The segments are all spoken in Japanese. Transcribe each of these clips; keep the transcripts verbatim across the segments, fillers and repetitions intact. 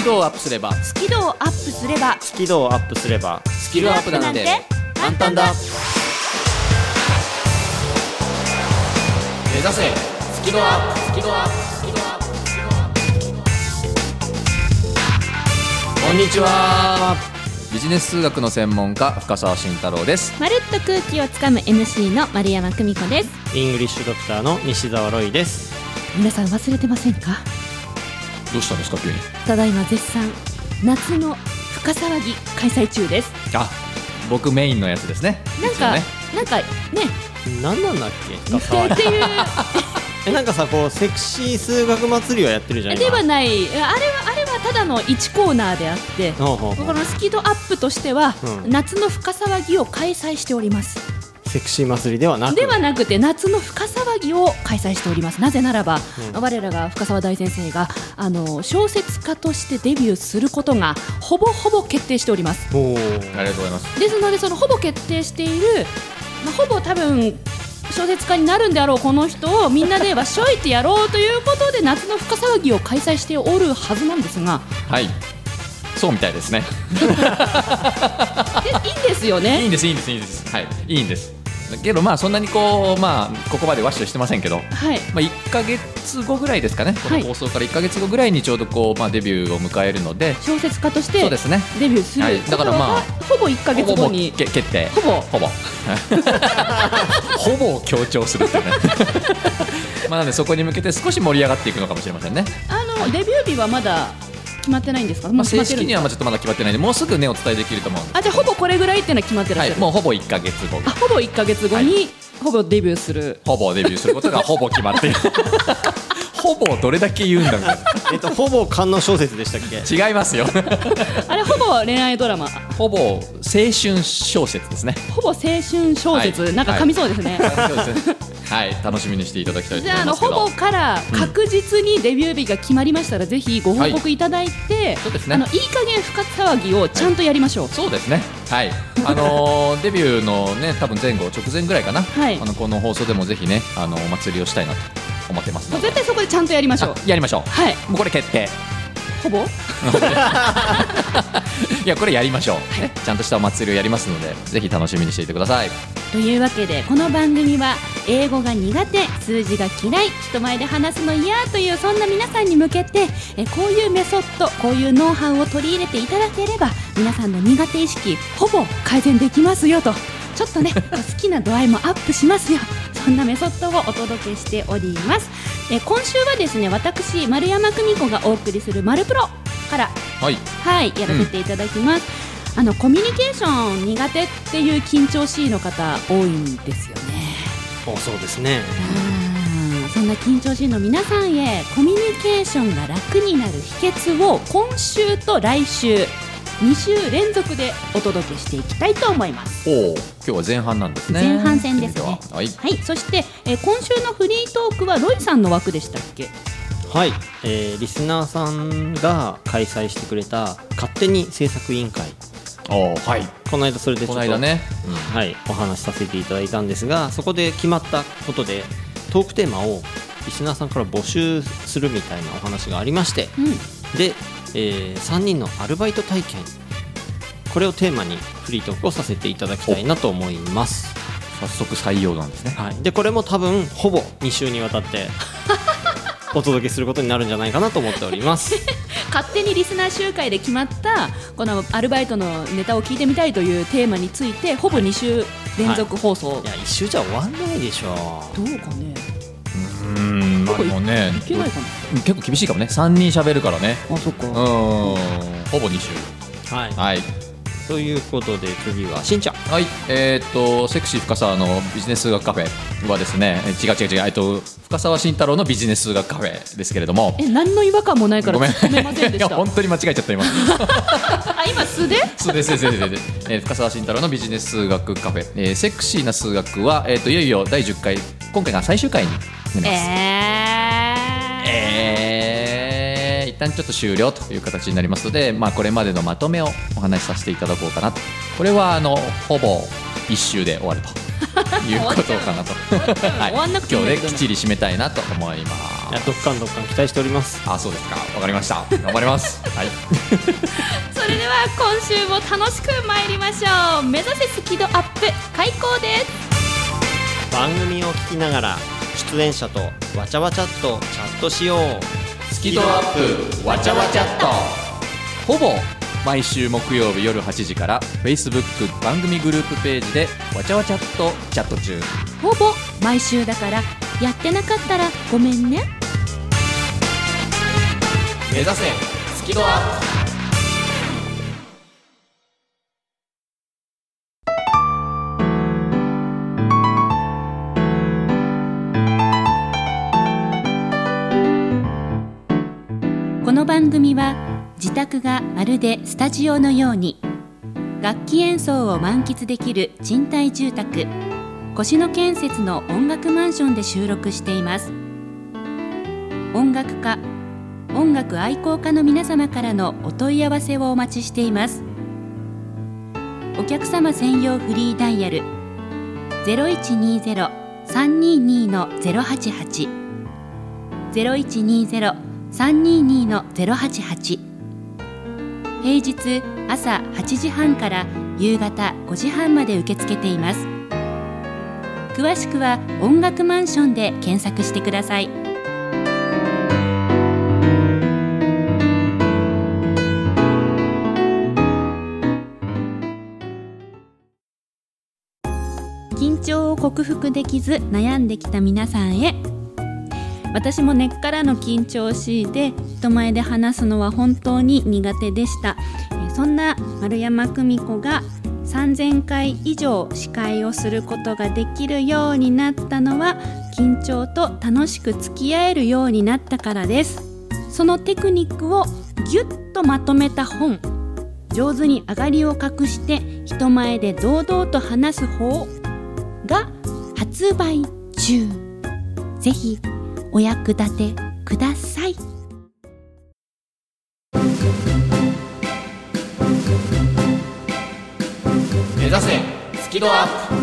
キ度をアップすればスキルをアップすればスキルをアップすればスキルアップなんて簡単だ。目指せスキルアップスキルアップスキルアップスキルアップ。こんにちは。ビジネス数学の専門家深澤慎太郎です。 まるっと空気をつかむ エムシー の丸山久美子です。 イングリッシュドクターの西澤ロイです。 皆さん忘れてませんか？ どうしたんですか急に。 ただいま絶賛夏の深騒ぎ開催中です。 あ、僕メインのやつですね。 なんか、 ね、 なんかね、 何なんだっけっていうえなんかさこうセクシー数学祭りをやってるじゃん。 ではない、あれはあれはただのいちコーナーであって、 ほうほうほうこのスキドアップとしては、 うん、 夏の深騒ぎを開催しております。 セクシー祭りではなくではなくて夏の深騒ぎを開催しております。なぜならば、 うん、 我らが深澤大先生があの小説家としてデビューすることがほぼほぼ決定しております。 おありがとうございます。 ですのでそのほぼ決定している、まあ、ほぼ多分小説家になるんであろうこの人をみんなでわっしょいってやろうということで夏の深騒ぎを開催しておるはずなんですが、 はい、そうみたいですね。 でいいんですよね。 いいんですいいんですいいんです、はい、いいんです。だけどまあそんなにこう、まあ、ここまでワッシュしてませんけど、 はい、 まあ、いっかげつごぐらいですかね、この放送からいっかげつごぐらいにちょうどこう、まあ、デビューを迎えるので、 小説家としてそうですね、 デビューする、 はい、だからまあほぼいっかげつごにほぼけ決定、 ほぼほぼほぼを強調するっていうねまあなのでそこに向けて少し盛り上がっていくのかもしれませんね。 あの、はい、デビュー日はまだ決まってないんですか？ まあ、正式にはまあちょっとまだ決まってないので、もうすぐねお伝えできると思うんです。 あ、じゃあほぼこれぐらいっていうのは決まってらっしゃる、 はい、もうほぼいっかげつご。 あ、ほぼいっかげつごに、はい、ほぼデビューする、 ほぼデビューすることがほぼ決まっているほぼどれだけ言うんだみたいなえっとほぼ観音小説でしたっけ？ 違いますよあれほぼ恋愛ドラマ、 ほぼ青春小説ですね。 ほぼ青春小説、はい、なんか噛みそうですね、 はいはい、楽しみにしていただきたいと思いますけど、 じゃあ、あのほぼから確実にデビュー日が決まりましたら、うん、ぜひご報告いただいて、はい、そうですね、あのいい加減深騒ぎをちゃんとやりましょう、 はい、そうですね、はい、あのー、デビューのね多分前後直前ぐらいかな、はい、あのこの放送でもぜひねあのお祭りをしたいなと思ってますので、 絶対そこでちゃんとやりましょう。 やりましょう、 はい、 もうこれ決定。 ほぼいやこれやりましょう、はい、ちゃんとしたお祭りをやりますのでぜひ楽しみにしていてください。 というわけでこの番組は英語が苦手、数字が嫌い、人前で話すの嫌というそんな皆さんに向けてえこういうメソッド、こういうノウハウを取り入れていただければ皆さんの苦手意識ほぼ改善できますよと、ちょっとね好きな度合いもアップしますよ、そんなメソッドをお届けしております。え今週はですね、私丸山久美子がお送りするマルプロから、はい、はい、やらせていただきます、うん、あのコミュニケーション苦手っていう緊張しいの方多いんですよね。 お、そうですね。 うん、そんな緊張しいの皆さんへコミュニケーションが楽になる秘訣を今週と来週に週連続でお届けしていきたいと思います。 お、今日は前半なんですね。 前半戦ですね。 はい、 はい、そして、えー、今週のフリートークはロイさんの枠でしたっけ？ はい、えー、リスナーさんが開催してくれた勝手に制作委員会、 お、はい、 この間それでちょっと、 この間ね、 うん、はい、お話しさせていただいたんですが、そこで決まったことでトークテーマをリスナーさんから募集するみたいなお話がありまして、うん、で、えー、さんにんのアルバイト体験、これをテーマにフリートークをさせていただきたいなと思います。 早速採用なんですね、 はい、でこれも多分ほぼに週にわたってお届けすることになるんじゃないかなと思っております勝手にリスナー集会で決まったこのアルバイトのネタを聞いてみたいというテーマについてほぼに週連続放送、はいはい、 いやいっ週じゃ終わんないでしょう。 どうかね。 うーん、まあでもね、 いけないかな。 結構厳しいかもね、さんにん喋るからね。 あ、そっか。うん、 ほぼに週。 はい、 はい、 ということで次はしんちゃん。 はい、えー、っとセクシー深澤のビジネス数学カフェはですね、違う違う違う、えっと深澤慎太郎のビジネス数学カフェですけれども、 え、何の違和感もないからごめん、 止めませんでした。 いや本当に間違えちゃった今あ、 今素で素ですですですです、えー、深澤慎太郎のビジネス数学カフェ、えー、セクシーな数学は、えー、っといよいよだいじゅっかい、今回が最終回になります。 えー、 えー、一旦ちょっと終了という形になりますので、まあ、これまでのまとめをお話しさせていただこうかなと。これはあのほぼ一周で終わるということかなとはい、今日できっちり締めたいなと思います。 いやどっかんどっかん期待しております。 あ、そうですか。わかりました。頑張ります。はい。 それでは今週も楽しく参りましょう。目指せスキドアップ開講です。 番組を聞きながら出演者とわちゃわちゃっとチャットしよう。 スキドアップわちゃわちゃっと。ほぼ毎週木曜日夜はちじから Facebook 番組グループページでわちゃわちゃっとチャット中。 ほぼ毎週だからやってなかったらごめんね。 目指せスキドアップ。 この番組は自宅がまるでスタジオのように楽器演奏を満喫できる賃貸住宅越野建設の音楽マンションで収録しています。音楽家、音楽愛好家の皆様からのお問い合わせをお待ちしています。お客様専用フリーダイヤル ゼロいちにーゼロ さんにーにー の ゼロはちはち ゼロいちにーゼロ さんにーにー の ゼロはちはち。平日朝はちじはんから夕方ごじはんまで受け付けています。詳しくは音楽マンションで検索してください。緊張を克服できず悩んできた皆さんへ。私も根っからの緊張しいで人前で話すのは本当に苦手でした。そんな丸山久美子がさんぜんかい以上司会をすることができるようになったのは緊張と楽しく付き合えるようになったからです。そのテクニックをぎゅっとまとめた本、上手に上がりを隠して人前で堂々と話す方が発売中。ぜひお役立てください。 目指せスキドアップ。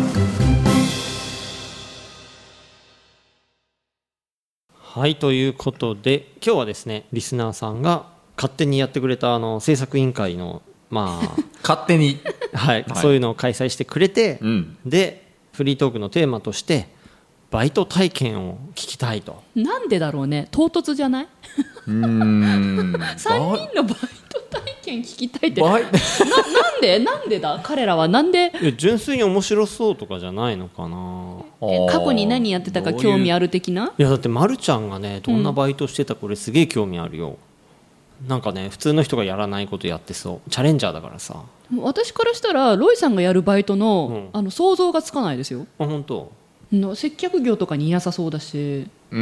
はい、ということで今日はですねリスナーさんが勝手にやってくれたあの制作委員会のまあ勝手に、 はい、 はい、 そういうのを開催してくれて、 うん、 でフリートークのテーマとしてバイト体験を聞きたいと。 なんでだろうね、唐突じゃない？ うーんさんにんのバイト体験聞きたいって な, なんでなんでだ彼らはなんで。 いや純粋に面白そうとかじゃないのかな。 え過去に何やってたか興味ある的な。 いやだってまるちゃんがねどんなバイトしてたこれすげえ興味あるよ、うん、なんかね普通の人がやらないことやってそう。チャレンジャーだからさ。 私からしたらロイさんがやるバイト の,、うん、あの想像がつかないですよ。 あ本当。 の接客業とかにいなさそうだし。 うん、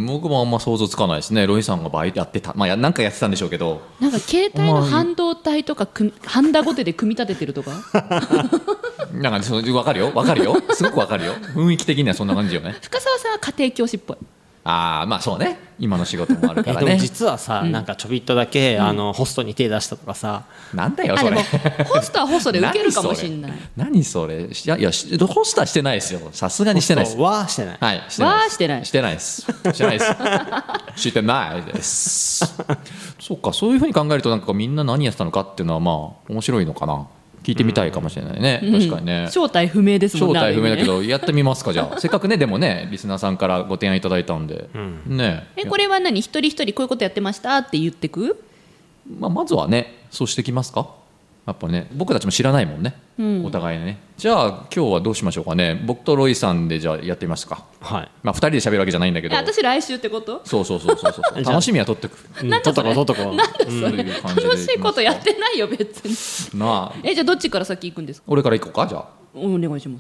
僕もあんま想像つかないですね。ロイさんがバイトやってた、まあなんかやってたんでしょうけど、 なんか携帯の半導体とかハンダゴテで組み立ててるとかなんかその分かるよ分かるよすごく分かるよ。雰囲気的にはそんな感じよね。 深澤さんは家庭教師っぽい。 ああまあそうね、今の仕事もあるからね。 でも実はさ、うん、なんかちょびっとだけ、うん、あのホストに手出したとかさ。 なんだよそれ。 ホストはホストで受けるかもしれない。 何それ。いやいやホストはしてないですよ。さすがにしてないです。 はしてない。 はいしてないです。してないしてないです。してないです。してないです。そうか、そういうふうに考えるとなんかみんな何やってたのかっていうのはまあ面白いのかな。聞いてみたいかもしれないね、うん、確かにね。 正体不明ですもんね。 正体不明だけどやってみますかじゃあせっかくね。でもねリスナーさんからご提案いただいたんで、うん、ねえこれは何一人一人こういうことやってましたって言ってく、 まあ、まずはねそうしてきますか。やっぱね僕たちも知らないもんね、うん、お互いね。じゃあ今日はどうしましょうかね。僕とロイさんでじゃあやってみますか。はい、まあ、ふたりで喋るわけじゃないんだけど。 私来週ってこと？ そうそうそうそうそう楽しみは取ってく。 なんだそれ。 取っとこうなんだそれ、うん、楽しいことやってないよ別になあ。えじゃあどっちから先行くんですか？ 俺から行こうか。じゃあお願いします。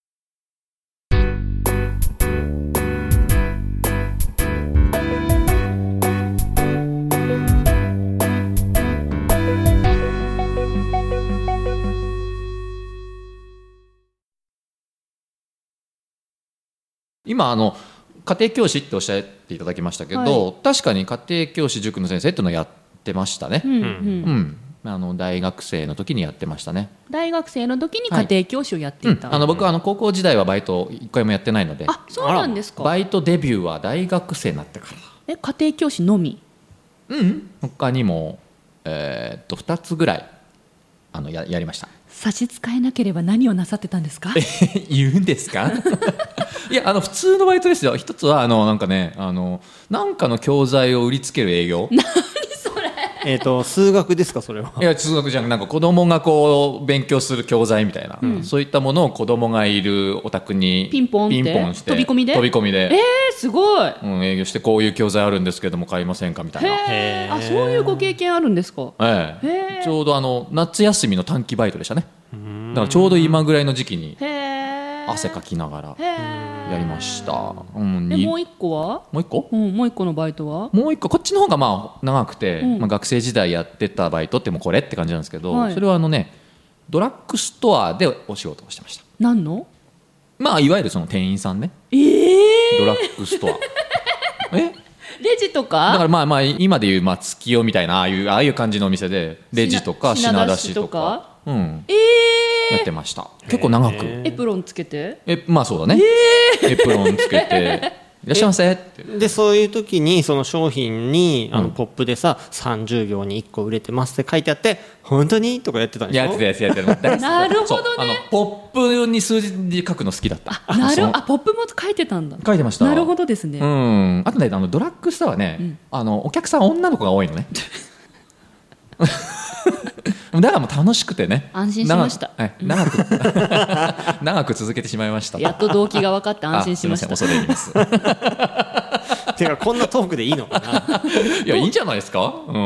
今あの家庭教師っておっしゃっていただきましたけど、はい、確かに家庭教師塾の先生っていうのをやってましたね、うんうんうん、 あの大学生の時にやってましたね。 大学生の時に家庭教師をやっていた、 はいうん、あの僕はあの高校時代はバイト一回もやってないので。 あ、そうなんですか。 バイトデビューは大学生になってから。 え、家庭教師のみ？ うん、他にも、えー、っとふたつぐらいあの や, やりました。 差し支えなければ何をなさってたんですか？ 言うんですか？いや、あの普通のバイトですよ。一つはあのなんかね、あのなんかの教材を売りつける営業。 何それ？ えーと数学ですかそれは？ いや、数学じゃなく、なんか子供がこう勉強する教材みたいな、うん、そういったものを子供がいるお宅にピンポンってピンポンして飛び込みで飛び込みで、 えー、すごい、 うん、営業して、こういう教材あるんですけども買いませんかみたいな。 へー、あ、そういうご経験あるんですか？ ええ、 へー、 ちょうどあの夏休みの短期バイトでしたね。だからちょうど今ぐらいの時期に汗かきながらやりました。うん、 でもう一個はもう一個、 うん、もう一個のバイトはもう一個、こっちの方がまあ長くて、 うん、 まあ、学生時代やってたバイトってもうこれって感じなんですけど、 はい、 それはあのねドラッグストアでお仕事をしてました。 何の？ まあいわゆるその店員さんね。 えー、 ドラッグストアえレジとかだからまあまあ今でいうまあ月夜みたいなああいうああいう感じのお店でレジとか品出しとか、うん、 えー、 やってました。結構長くエプロンつけて、 えまあそうだね、えー、エプロンつけていらっしゃいませってでそういう時にその商品にあのポップでさ、うん、さんじゅうびょうにいっこ売れてますって書いてあって本当にとかやってたんでしょ？ やってたやつやってたなるほどね。 あのポップに数字で書くの好きだった。 あ、なるあポップも書いてたんだ。 書いてました。 なるほどですね。 うん、あとねあのドラッグストアはね、うん、あのお客さん女の子が多いのねだからもう楽しくてね、 安心しました。 長く、長く長く続けてしまいました。 やっと動機が分かって安心しました。 恐れ入りますてかこんなトークでいいのかないやいいんじゃないですか、うん、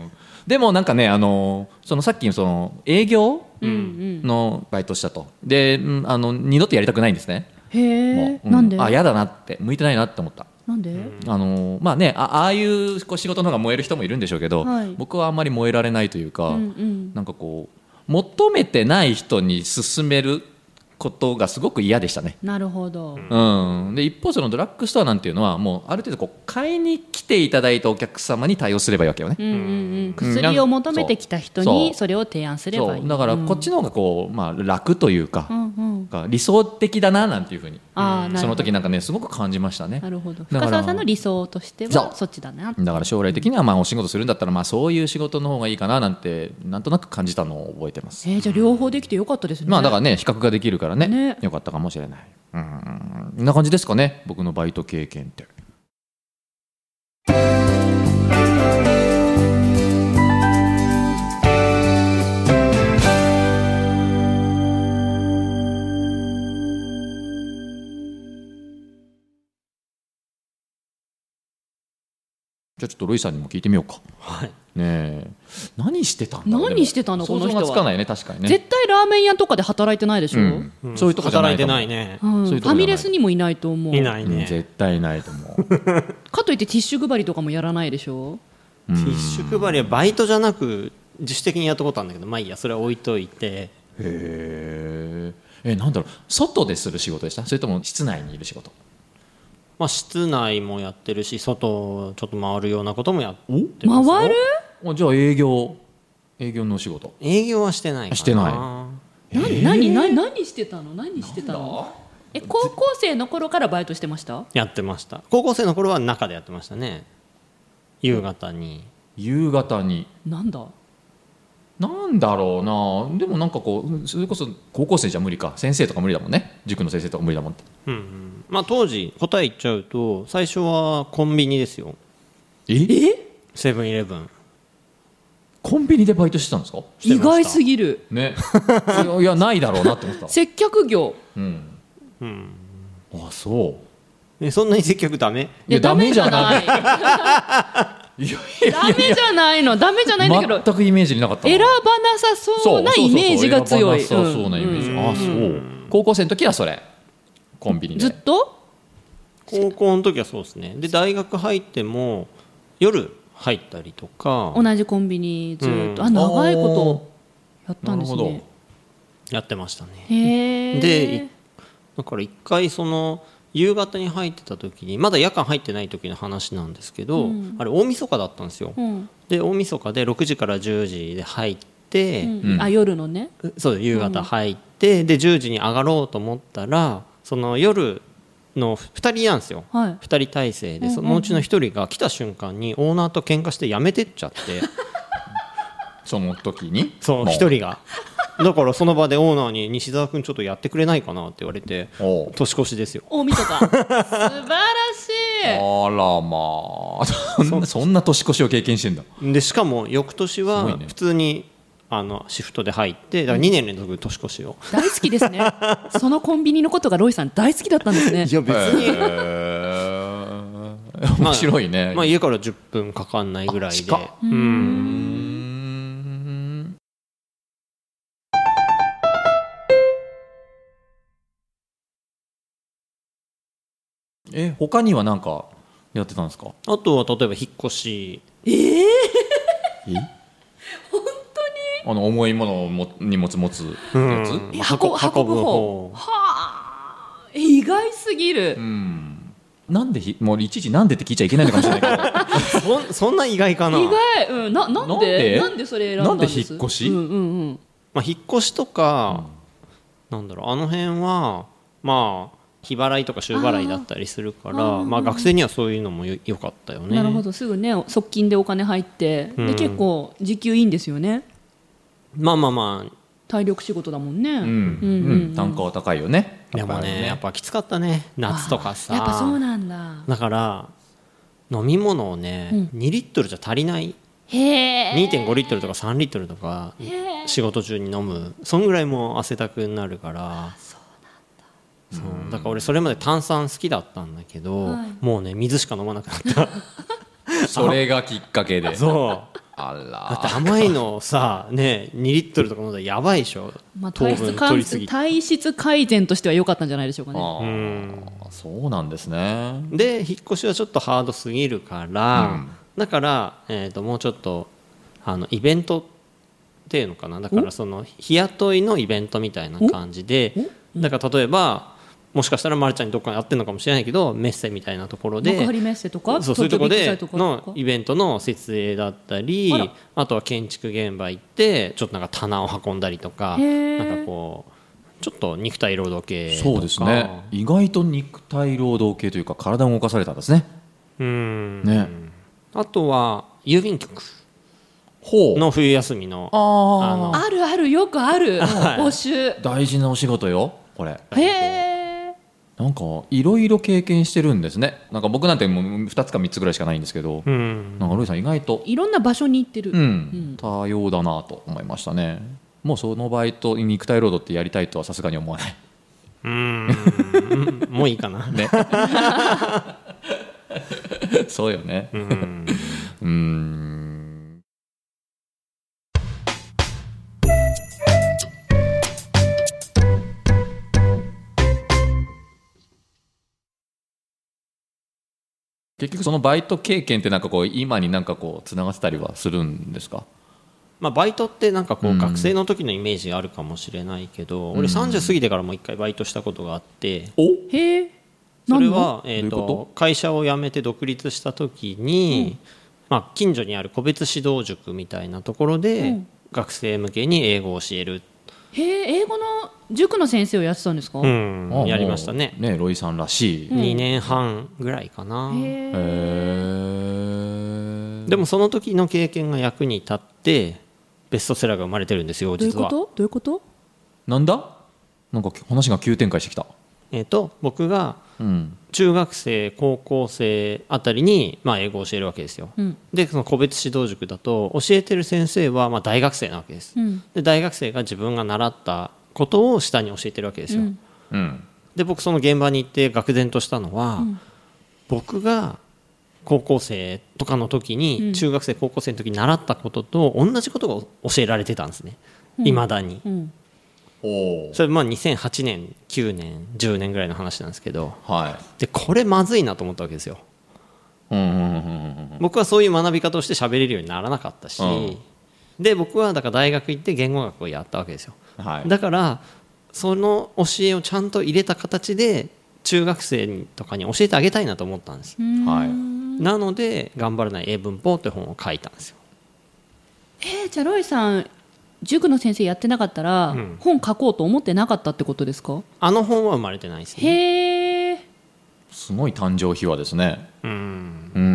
でもなんかねあのそのさっきのその営業のバイトしたと、であの二度とやりたくないんですね。 へえ、 うん、 なんで？ あ、嫌だなって向いてないなって思った。 なんで？ あのまあね、あ, ああいうこう仕事の方が燃える人もいるんでしょうけど、はい、僕はあんまり燃えられないというか、うんうん、なんかこう求めてない人に勧めることがすごく嫌でしたね。 なるほど、 うん、で一方そのドラッグストアなんていうのはもうある程度こう買いに来ていただいたお客様に対応すればいいわけよね、 うんうんうん、薬を求めてきた人にそれを提案すればいい。 そうだからこっちの方がこう、まあ、楽というか、うんうん、理想的だななんていうふうにあその時なんかねすごく感じましたね。 なるほど。深澤さんの理想としてはそっちだな。 だから将来的にはまあお仕事するんだったらまあそういう仕事の方がいいかななんてなんとなく感じたのを覚えてます。 えー、じゃあ両方できてよかったですね。 まあだからね比較ができるからね、 ね、 よかったかもしれない。うん、こんな感じですかね僕のバイト経験って。じゃあちょっとロイさんにも聞いてみようか。 はい。 ねえ、何してたんだろう。 何してたのこの人は。 想像がつかないね確かにね。 絶対ラーメン屋とかで働いてないでしょ。 うんうん、そういうとこじゃないと思う。 働いてないね。 うん、ファミレスにもいないと思う。 いないね、 うん、絶対いないと思う。 かといってティッシュ配りとかもやらないでしょ。 ティッシュ配りはバイトじゃなく自主的にやったことあるんだけど、まあいいやそれは置いといて。 へえ。え、なんだろう、外でする仕事でした？それとも室内にいる仕事？ まあ、室内もやってるし外をちょっと回るようなこともやってますよ。 回る？ じゃあ営業営業の仕事？ 営業はしてないかな。 してない。 何何何何してたの？何してたの？え、高校生の頃からバイトしてました？ やってました。高校生の頃は中でやってましたね。夕方に。 夕方に。 なんだ？ なんだろうな。でもなんかこうそれこそ高校生じゃ無理か。先生とか無理だもんね。塾の先生とか無理だもんって。 うんうん、まあ当時答え言っちゃうと最初はコンビニですよ。 え？ セブンイレブン。 コンビニでバイトしてたんですか？ 意外すぎる。 ね。いやないだろうなって思った。 接客業。 うんうん。あ、そう。 え、そんなに接客ダメ？ いやダメじゃない。 いやいやいやダメじゃないの。ダメじゃないんだけど全くイメージになかったな。 選ばなさそうなイメージが強い。 選ばなさそうなイメージ、うん、あ、そう。高校生の時はそれコンビニでずっと高校の時はそうですね。で大学入っても夜入ったりとか同じコンビニずっと、うん、あ長いことやったんですね。 やってましたね。 へー。 でだから一回その夕方に入ってた時にまだ夜間入ってない時の話なんですけど、うん、あれ大晦日だったんですよ、うん、で大晦日でろくじからじゅうじで入って、 うん、あ夜のねそう夕方入って、うん、でじゅうじに上がろうと思ったらその夜のふたりなんですよ、はい、ふたり体制で、そのうちのひとりが来た瞬間にオーナーと喧嘩して辞めてっちゃってその時にそうひとりがだからその場でオーナーに西澤君ちょっとやってくれないかなって言われて年越しですよ。 大晦日素晴らしい。 あらまあそんな、そんな年越しを経験してんだ。 でしかも翌年は普通にあのシフトで入ってだからにねん連続年越しを、 大好きですねそのコンビニのことがロイさん大好きだったんですね。 いや別に、 えー、面白いね、 まあ、まあ家からじゅっぷんかかんないぐらいでうんうんえ他には何かやってたんですか？ あとは例えば引っ越し。 えー、え本当にあの重いものをも荷物持つやつ、うん、 運, 運ぶ方はあ意外すぎる、 うん、なんでひもういちいちなんでって聞いちゃいけないのかもしれないけどそ, そんな意外かな。 意外、うん、な, なんでなんでそれ選んだんです？ なんで引っ越し、 うんうんうんまあ、引っ越しとか、うん、なんだろうあの辺はまあ日払いとか週払いだったりするから、まあ、学生にはそういうのも よ, よかったよね。 なるほどすぐね側近でお金入って、うん、で結構時給いいんですよね。 まあまあまあ体力仕事だもんね、うんうんうんうん、単価は高いよね。 でも ね, ねやっぱきつかったね夏とかさ。 やっぱそうなんだ。 だから飲み物をね、うん、にリットルじゃ足りない。 へーにてんごリットルとかさんリットルとか仕事中に飲む。そんぐらいもう汗だくになるから。そうだから俺それまで炭酸好きだったんだけど、はい、もうね水しか飲まなくなったそれがきっかけで。 そうあらだって甘いのさ、ね、にリットルとか飲んだらやばいでしょ、 まあ、糖分取りすぎ。体質改善としては良かったんじゃないでしょうかね。 あうんそうなんですね。 で引っ越しはちょっとハードすぎるから、うん、だから、えー、ともうちょっとあのイベントっていうのかな。だからその日雇いのイベントみたいな感じで、だから例えばもしかしたらまるちゃんにどっかにやってるのかもしれないけどメッセみたいなところで幕張メッセとかそうそういうところでのイベントの設営だったり あ, あとは建築現場行ってちょっとなんか棚を運んだりとかなんかこうちょっと肉体労働系とか。 そうですね意外と肉体労働系というか体を動かされたんですね。 うんねあとは郵便局の冬休みのあ, あ, のあるあるよくある募集大事なお仕事よこれ。 へえなんかいろいろ経験してるんですね。なんか僕なんてもうふたつかみっつぐらいしかないんですけど、うん、なんかロイさん意外といろんな場所に行ってる、 うんうん、多様だなと思いましたね。もうそのバイト肉体労働ってやりたいとはさすがに思わない。 うーんもういいかな、ね、 そうよね。うん、うーん結局そのバイト経験ってなんかこう今になんかこうつながってたりはするんですか？ まあ、バイトってなんかこう学生の時のイメージがあるかもしれないけど、うん、俺さんじゅう過ぎてからもう一回バイトしたことがあって、 おへーそれは、えーと、会社を辞めて独立した時に、うんまあ、近所にある個別指導塾みたいなところで、うん、学生向けに英語を教える。 へえ英語の塾の先生をやってたんですか？ うん、やりましたね。 ねロイさんらしい、 うん、にねんはんぐらいかな。 へえでもその時の経験が役に立ってベストセラーが生まれてるんですよ実は。 どういうこと？どういうこと？ なんだ？なんか話が急展開してきた。 えーと僕が中学生高校生あたりにまあ英語を教えるわけですよ、うん、でその個別指導塾だと教えてる先生はまあ大学生なわけです、うん、で大学生が自分が習ったことを下に教えてるわけですよ、うんうん、で僕その現場に行って愕然としたのは、うん、僕が高校生とかの時に、うん、中学生高校生の時に習ったことと同じことが教えられてたんですね、いま、うん、だに、うんそれまあにせんはちねんきゅうねんじゅうねんぐらいの話なんですけど、はい、でこれまずいなと思ったわけですよ、うんうんうんうん、僕はそういう学び方をして喋れるようにならなかったし、うん、で僕はだから大学行って言語学をやったわけですよ、はい、だからその教えをちゃんと入れた形で中学生とかに教えてあげたいなと思ったんです、はい、なので頑張らない英文法という本を書いたんですよ。 えー、じゃあロイさん塾の先生やってなかったら、うん、本書こうと思ってなかったってことですか？ あの本は生まれてないですね。 へー、 すごい誕生秘話ですね。うん、うん、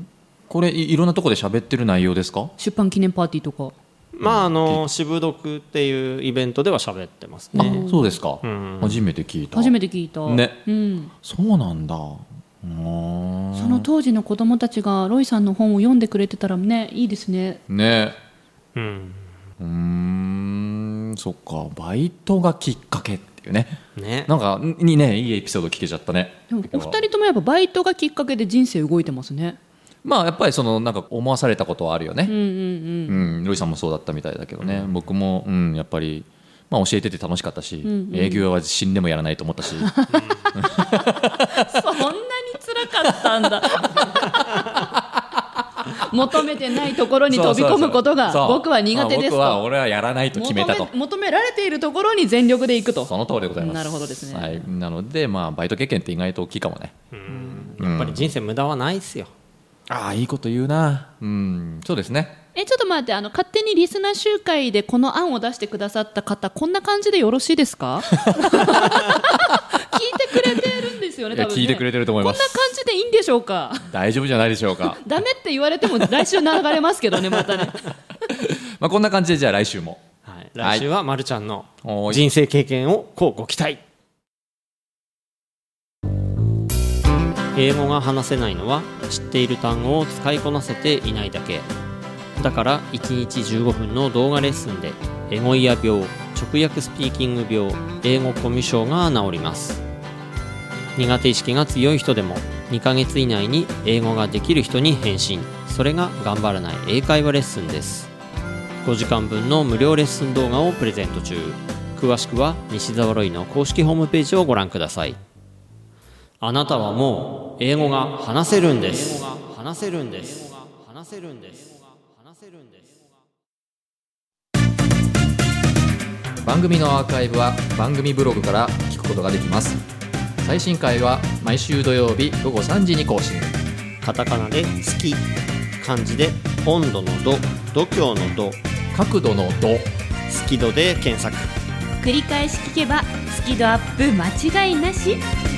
これ い, いろんなところで喋ってる内容ですか？ 出版記念パーティーとか。 まああの渋読っていうイベントでは喋ってますね。 あ、そうですか、うん、初めて聞いた初めて聞いたね、 うん、 そうなんだ。 その当時の子供たちがロイさんの本を読んでくれてたらね、いいですね。 ね、うん、うーん、そっか、バイトがきっかけっていうね、ね、なんかにね、いいエピソード聞けちゃったね。 でもお二人ともやっぱバイトがきっかけで人生動いてますね。 まあやっぱりそのなんか思わされたことはあるよね。うんうんうんうん、ロイさんもそうだったみたいだけどね、うん、僕も、うん、やっぱり、まあ、教えてて楽しかったし、うんうん、営業は死んでもやらないと思ったし、うん、そんなに辛かったんだ求めてないところに飛び込むことが僕は苦手ですと。 僕は俺はやらないと決めたと。 求め、求められているところに全力でいくと。 その通りでございます。 なるほどですね、 はい、なので、まあ、バイト経験って意外と大きいかもね。 うん、やっぱり人生無駄はないっすよ。 ああ、いいこと言うな。うん、そうですね。 え、ちょっと待って、あの勝手にリスナー集会でこの案を出してくださった方、こんな感じでよろしいですか？聞いてくれてるんですよね、多分ね。 聞いてくれてると思います。 こんな感じでいいんでしょうか？ 大丈夫じゃないでしょうか。 ダメって言われても来週流れますけどね、またね。 まあこんな感じで、じゃあ来週も、 はい、来週はまるちゃんの人生経験をこうご期待。英語が話せないのは知っている単語を使いこなせていないだけだから、いちにちじゅうごふんの動画レッスンでエゴイヤ病、直訳スピーキング病、英語コミュ障が治ります。苦手意識が強い人でもにかげつ以内に英語ができる人に変身。それが頑張らない英会話レッスンです。ごじかんぶんの無料レッスン動画をプレゼント中。詳しくは西澤ロイの公式ホームページをご覧ください。あなたはもう英語が話せるんです。話せるんです。話せるんです。話せるんです。 番組のアーカイブは番組ブログから聞くことができます。最新回は毎週土曜日午後さんじに更新。 カタカナで好き、漢字で温度の度、度胸の度、 角度の度、 スキドで検索。 繰り返し聞けばスキドアップ間違いなし。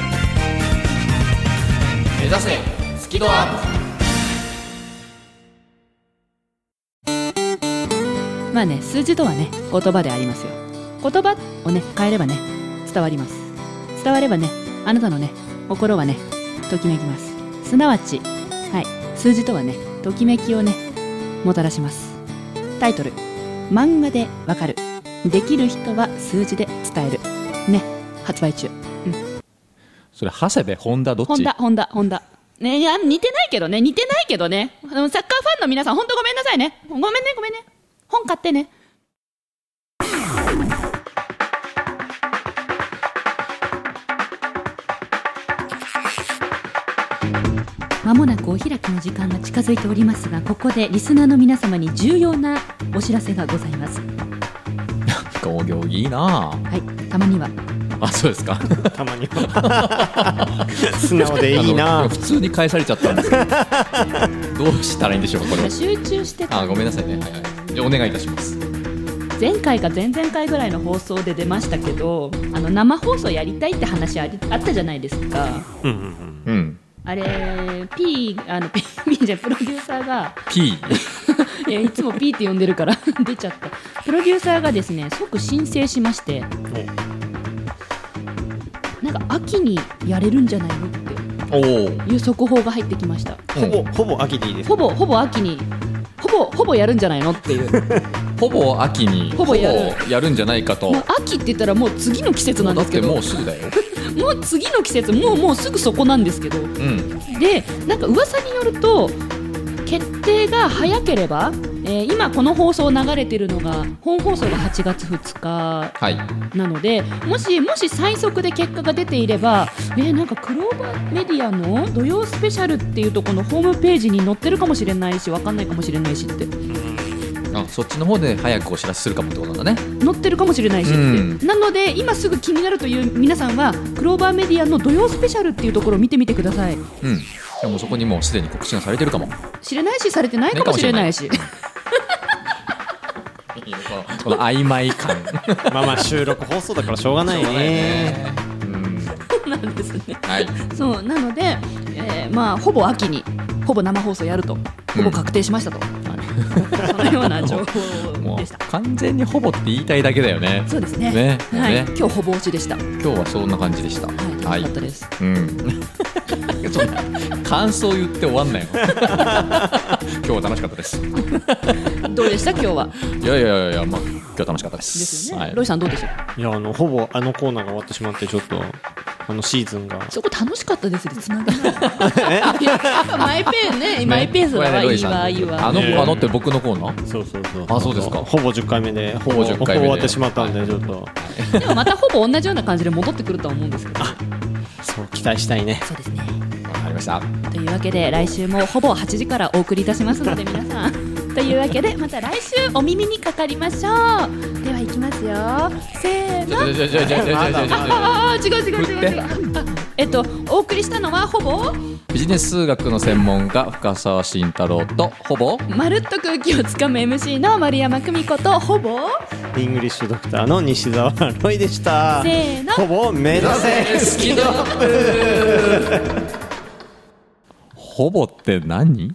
目指せスキドアップ。まあね、数字とはね、言葉でありますよ。言葉をね変えればね伝わります。伝わればね、あなたのね心はねときめきます。すなわち、はい、数字とはねときめきをねもたらします。タイトル、漫画でわかる、できる人は数字で伝えるね、発売中。うん、 それ長谷部、本田、どっち？ 本田、本田、本田ね。いや、似てないけどね、似てないけどね。サッカーファンの皆さん、本当ごめんなさいね。ごめんね、ごめんね。本買ってね。まもなくお開きの時間が近づいておりますが、ここでリスナーの皆様に重要なお知らせがございます。 工業いいな。はい、たまには。 あ、そうですか。 たまには素直でいいな。 普通に返されちゃったんですけどどうしたらいいんでしょうか、これは。 集中してた。 あ、ごめんなさいね。はいはい、じゃあお願いいたします。 前回か前々回ぐらいの放送で出ましたけど、あの生放送やりたいって話ありあったじゃないですか。うんうんうん、あれ P あの P じゃプロデューサーが P いや、いつも P って呼んでるから出ちゃった。プロデューサーがですね即申請しまして、なんか秋にやれるんじゃないのっていう速報が入ってきました。 ほぼほぼ秋でいいですか？ ほぼほぼ秋にほぼほぼやるんじゃないのっていうほぼ秋にほぼや る, やるんじゃないかと、 まあ、秋って言ったらもう次の季節なんですけど、 だってもうすぐだよもう次の季節、もうもうすぐそこなんですけど、うん、でなんか噂によると決定が早ければ、えー、今この放送流れてるのが本放送がはちがつふつかなので、はい、もしもし最速で結果が出ていれば、えー、なんかクローバーメディアの土曜スペシャルっていうとこのホームページに載ってるかもしれないし、分かんないかもしれないしって、 あ、そっちの方で早くお知らせするかもってことなんだね。 載ってるかもしれないしって、うん、なので今すぐ気になるという皆さんはクローバーメディアの土曜スペシャルっていうところを見てみてください。うん、 でもそこにもうすでに告知がされてるかもしれないし、されてないかもしれないし、 この曖昧感まあまあ収録放送だからしょうがないね。 そうなんですね、 はい、 そうなので、えー、まあほぼ秋にほぼ生放送やるとほぼ確定しましたと、うん、そのような情報でした。 完全にほぼって言いたいだけだよね。 そうですね。 ね、 はい、 ね、 今日ほぼ落ちでした。 今日はそんな感じでした。はい、 楽しかったです。 はい、うん。そんな感想言って終わんないの。今日は楽しかったです。 どうでした今日は。 いやいやいや、まあ今日は楽しかったです。 ですよね。 はい、 ロイさんどうでしょう。 いや、あのほぼあのコーナーが終わってしまってちょっとあのシーズンがそこ楽しかったですでつながないマイペースね、マイペースだわ、いいわいいわ。 あのあのって僕のコーナー。 そうそうそう。 あ、そうですか。 ほぼじゅっかいめでほぼじゅっかいめで終わってしまったんでちょっと。 でもまたほぼ同じような感じで戻ってくるとは思うんですけど。 そう期待したいね。 そうですね。 わかりました。 というわけで来週もほぼはちじからお送りいたしますので皆さんというわけでまた来週お耳にかかりましょう。では行きますよ。せーの。ああ違う違う違う違う。えっとお送りしたのはほぼビジネス数学の専門家深澤慎太郎とほぼまるっと空気をつかむ エムシー の丸山久美子とほぼイングリッシュドクターの西澤ロイでした。 せーの。 ほぼ目指せスキドアップ。 ほぼって何？